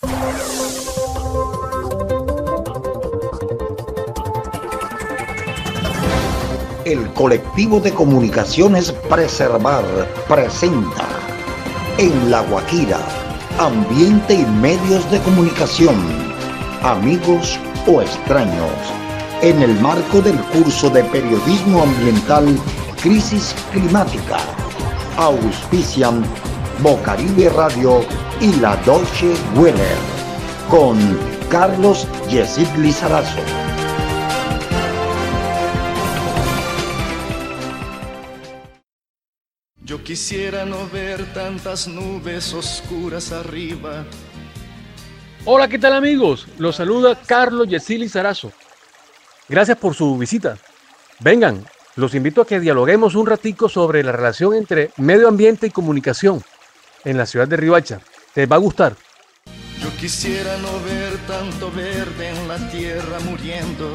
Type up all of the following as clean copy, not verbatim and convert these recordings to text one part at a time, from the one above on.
El colectivo de comunicaciones Preservar presenta En La Guajira, ambiente y medios de comunicación, amigos o extraños, en el marco del curso de periodismo ambiental Crisis Climática. Auspician Bocaribe Radio y la Deutsche Welle, con Carlos Yesid Lizarazo. Yo quisiera no ver tantas nubes oscuras arriba. Hola, ¿qué tal amigos? Los saluda Carlos Yesid Lizarazo. Gracias por su visita. Vengan, los invito a que dialoguemos un ratico sobre la relación entre medio ambiente y comunicación en la ciudad de Riohacha. Les va a gustar. Yo quisiera no ver tanto verde en la tierra muriendo.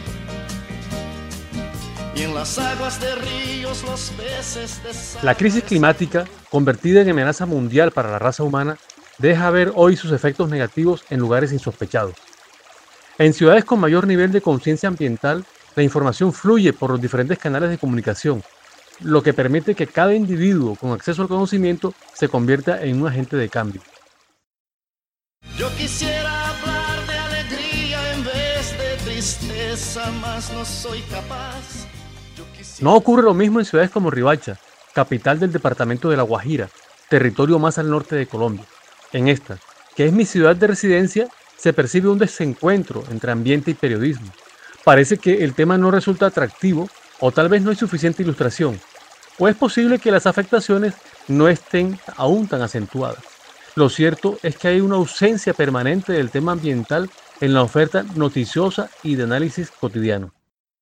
Y en las aguas de ríos los peces de sal. La crisis climática, convertida en amenaza mundial para la raza humana, deja ver hoy sus efectos negativos en lugares insospechados. En ciudades con mayor nivel de conciencia ambiental, la información fluye por los diferentes canales de comunicación, lo que permite que cada individuo con acceso al conocimiento se convierta en un agente de cambio. Yo quisiera hablar de alegría en vez de tristeza, mas no soy capaz. No ocurre lo mismo en ciudades como Riohacha, capital del departamento de La Guajira, territorio más al norte de Colombia. En esta, que es mi ciudad de residencia, se percibe un desencuentro entre ambiente y periodismo. Parece que el tema no resulta atractivo o tal vez no hay suficiente ilustración, o es posible que las afectaciones no estén aún tan acentuadas. Lo cierto es que hay una ausencia permanente del tema ambiental en la oferta noticiosa y de análisis cotidiano.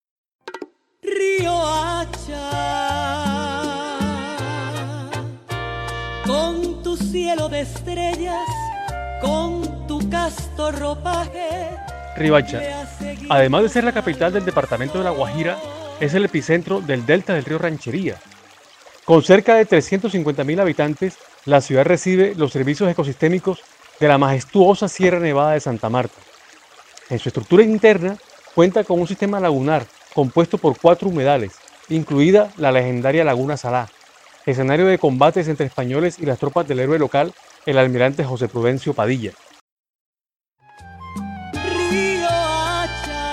Riohacha, con tu cielo de estrellas, con tu casto ropaje. Riohacha, además de ser la capital del departamento de La Guajira, es el epicentro del delta del río Ranchería. Con cerca de 350.000 habitantes, la ciudad recibe los servicios ecosistémicos de la majestuosa Sierra Nevada de Santa Marta. En su estructura interna cuenta con un sistema lagunar compuesto por 4 humedales, incluida la legendaria Laguna Salá, escenario de combates entre españoles y las tropas del héroe local, el almirante José Prudencio Padilla. Riohacha,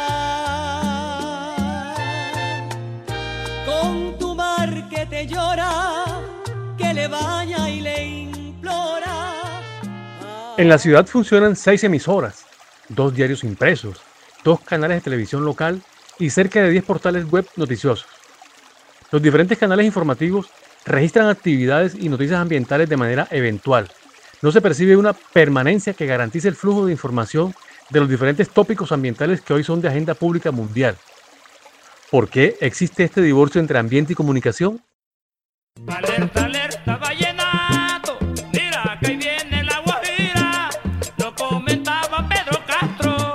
con tu mar que te llora, que le baña y le implora. En la ciudad funcionan 6 emisoras, 2 diarios impresos, 2 canales de televisión local y cerca de 10 portales web noticiosos. Los diferentes canales informativos registran actividades y noticias ambientales de manera eventual. No se percibe una permanencia que garantice el flujo de información de los diferentes tópicos ambientales que hoy son de agenda pública mundial. ¿Por qué existe este divorcio entre ambiente y comunicación? Alerta, alerta, vallenato, mira que ahí viene la Guajira. Lo comentaba Pedro Castro,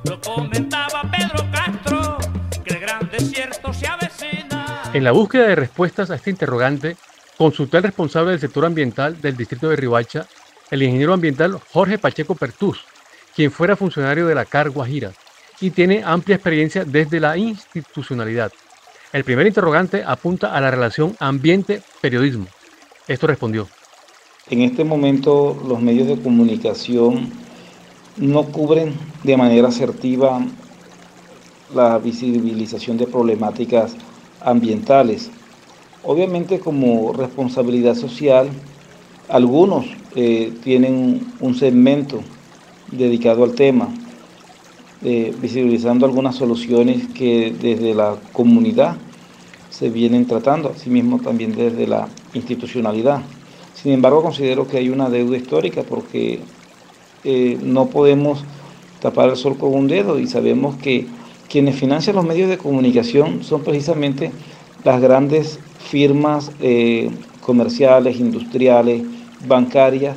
que el gran desierto se avecina. En la búsqueda de respuestas a este interrogante, consulté al responsable del sector ambiental del distrito de Riohacha, el ingeniero ambiental Jorge Pacheco Pertús, quien fuera funcionario de la CAR Guajira y tiene amplia experiencia desde la institucionalidad. El primer interrogante apunta a la relación ambiente-periodismo. Esto respondió. En este momento los medios de comunicación no cubren de manera asertiva la visibilización de problemáticas ambientales. Obviamente como responsabilidad social, algunos tienen un segmento dedicado al tema, visibilizando algunas soluciones que desde la comunidad se vienen tratando, asimismo también desde la institucionalidad. Sin embargo, considero que hay una deuda histórica porque no podemos tapar el sol con un dedo y sabemos que quienes financian los medios de comunicación son precisamente las grandes firmas comerciales, industriales, bancarias,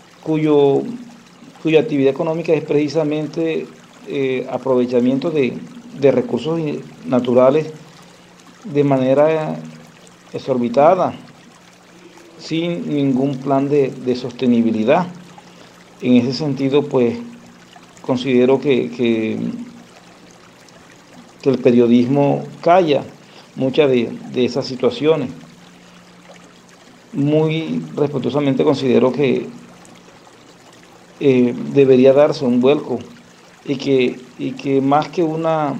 cuya actividad económica es precisamente aprovechamiento de recursos naturales de manera exorbitada, sin ningún plan de sostenibilidad. En ese sentido, pues, considero que el periodismo calla muchas de esas situaciones. Muy respetuosamente considero que debería darse un vuelco y que más que una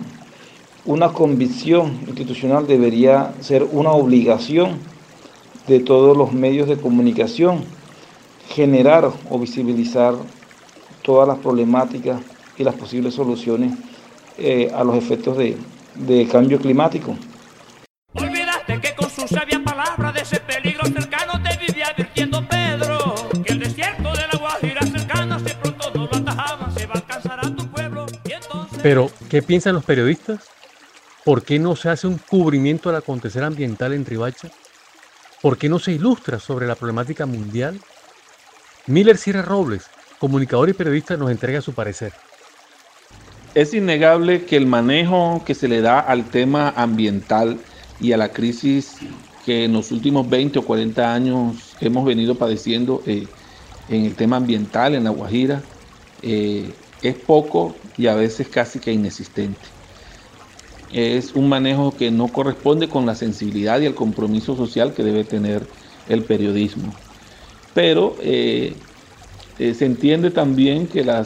convicción institucional debería ser una obligación de todos los medios de comunicación generar o visibilizar todas las problemáticas y las posibles soluciones a los efectos de cambio climático. Olvidaste que con su sabia palabra de ese peligro cercano te vivía advirtiendo Pedro, que el desierto de la Guajira cercana si pronto no lo atajaban se va a alcanzar a tu pueblo y entonces... Pero, ¿qué piensan los periodistas? ¿Por qué no se hace un cubrimiento del acontecer ambiental en Riohacha? ¿Por qué no se ilustra sobre la problemática mundial? Miller Sierra Robles, comunicador y periodista, nos entrega su parecer. Es innegable que el manejo que se le da al tema ambiental y a la crisis que en los últimos 20 o 40 años hemos venido padeciendo en el tema ambiental en La Guajira es poco y a veces casi que inexistente. Es un manejo que no corresponde con la sensibilidad y el compromiso social que debe tener el periodismo. Pero se entiende también que la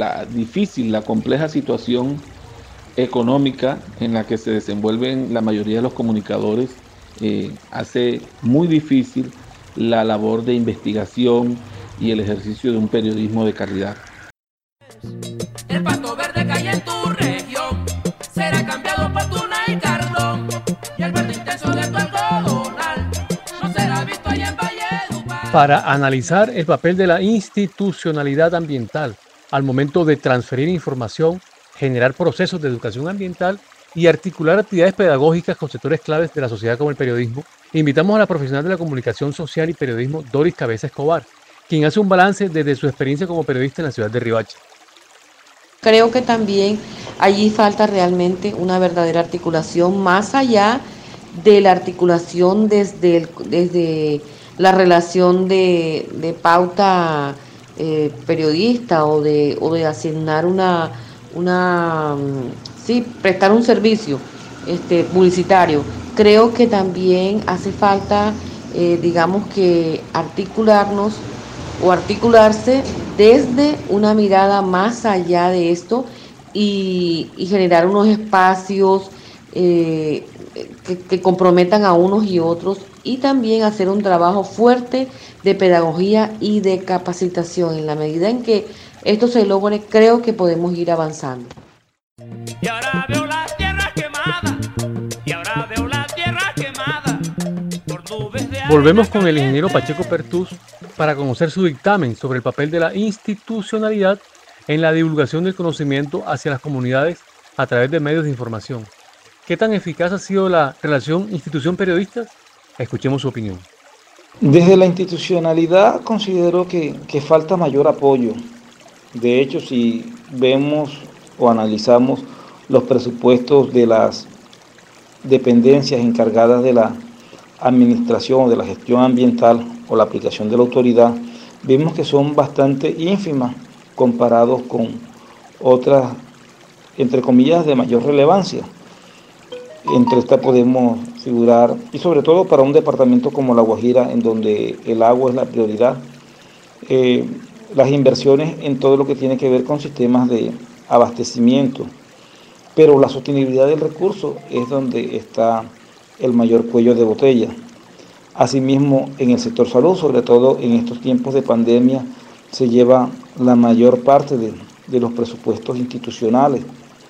compleja situación económica en la que se desenvuelven la mayoría de los comunicadores hace muy difícil la labor de investigación y el ejercicio de un periodismo de calidad. El pasto verde que hay en tu región será cambiado por tuna y cardón, y el verde intenso de tu algodonal no será visto allá en Valledupar. Para analizar el papel de la institucionalidad ambiental al momento de transferir información, generar procesos de educación ambiental y articular actividades pedagógicas con sectores claves de la sociedad como el periodismo, invitamos a la profesional de la comunicación social y periodismo Doris Cabeza Escobar, quien hace un balance desde su experiencia como periodista en la ciudad de Riohacha. Creo que también allí falta realmente una verdadera articulación, más allá de la articulación desde la relación de pauta periodista o de asignar prestar un servicio publicitario. Creo que también hace falta, digamos que articularnos o articularse desde una mirada más allá de esto y generar unos espacios que comprometan a unos y otros, y también hacer un trabajo fuerte de pedagogía y de capacitación. En la medida en que esto se logre, creo que podemos ir avanzando. Y ahora veo la tierra quemada, y ahora veo la tierra quemada por nubes de... Volvemos con el ingeniero Pacheco Pertús para conocer su dictamen sobre el papel de la institucionalidad en la divulgación del conocimiento hacia las comunidades a través de medios de información. ¿Qué tan eficaz ha sido la relación institución-periodistas? Escuchemos su opinión. Desde la institucionalidad considero que falta mayor apoyo. De hecho, si vemos o analizamos los presupuestos de las dependencias encargadas de la administración o de la gestión ambiental o la aplicación de la autoridad, vemos que son bastante ínfimas comparados con otras, entre comillas, de mayor relevancia. Entre estas podemos figurar, y sobre todo para un departamento como La Guajira, en donde el agua es la prioridad, las inversiones en todo lo que tiene que ver con sistemas de abastecimiento, pero la sostenibilidad del recurso es donde está el mayor cuello de botella. Asimismo, en el sector salud, sobre todo en estos tiempos de pandemia, se lleva la mayor parte de los presupuestos institucionales.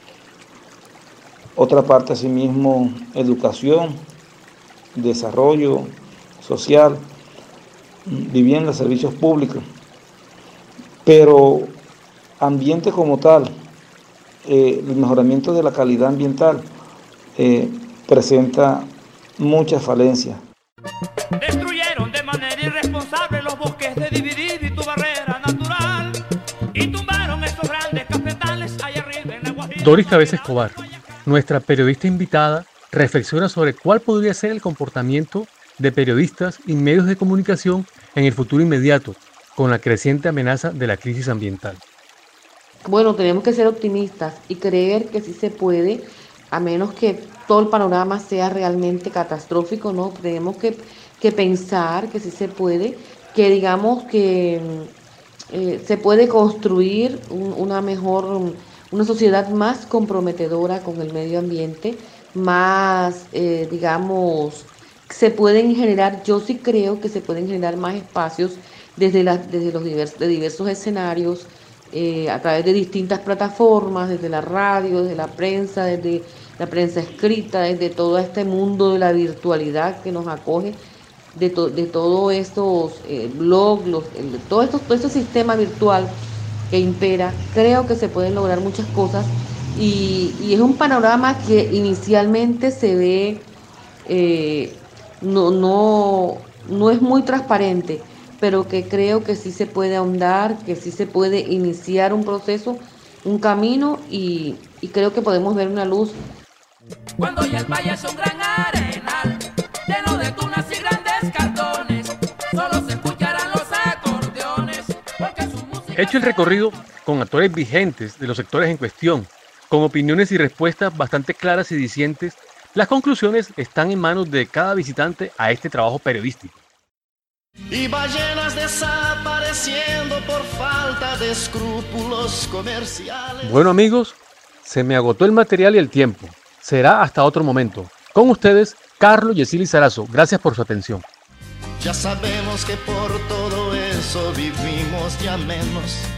Otra parte, asimismo, educación, desarrollo social, vivienda, servicios públicos. Pero ambiente como tal, el mejoramiento de la calidad ambiental presenta muchas falencias. Destruyeron de manera irresponsable los bosques de Dividir y tu barrera natural, y tumbaron esos grandes cafetales allá arriba en La Guajira. Doris Cabeza Escobar, nuestra periodista invitada, reflexiona sobre cuál podría ser el comportamiento de periodistas y medios de comunicación en el futuro inmediato, con la creciente amenaza de la crisis ambiental? Bueno, tenemos que ser optimistas y creer que sí se puede, a menos que todo el panorama sea realmente catastrófico, ¿no? Tenemos que pensar que sí se puede, que digamos que se puede construir una sociedad más comprometedora con el medio ambiente, más, digamos, se pueden generar, yo sí creo que se pueden generar más espacios desde los diversos escenarios, a través de distintas plataformas, desde la radio, desde la prensa escrita, desde todo este mundo de la virtualidad que nos acoge, de todos estos blogs, todo este sistema virtual que impera. Creo que se pueden lograr muchas cosas y es un panorama que inicialmente se ve, no es muy transparente, pero que creo que sí se puede ahondar, que sí se puede iniciar un proceso, un camino y creo que podemos ver una luz. Cuando ya el valle es un gran arenal, lleno de tunas y grandes cartones, solo se escucharán los acordeones, porque su música... Hecho el recorrido con actores vigentes de los sectores en cuestión, con opiniones y respuestas bastante claras y dicientes, las conclusiones están en manos de cada visitante a este trabajo periodístico. Y ballenas desapareciendo por falta de escrúpulos comerciales. Bueno amigos, se me agotó el material y el tiempo. Será hasta otro momento. Con ustedes, Carlos Yesili Sarazo. Gracias por su atención. Ya sabemos que por todo eso vivimos ya menos.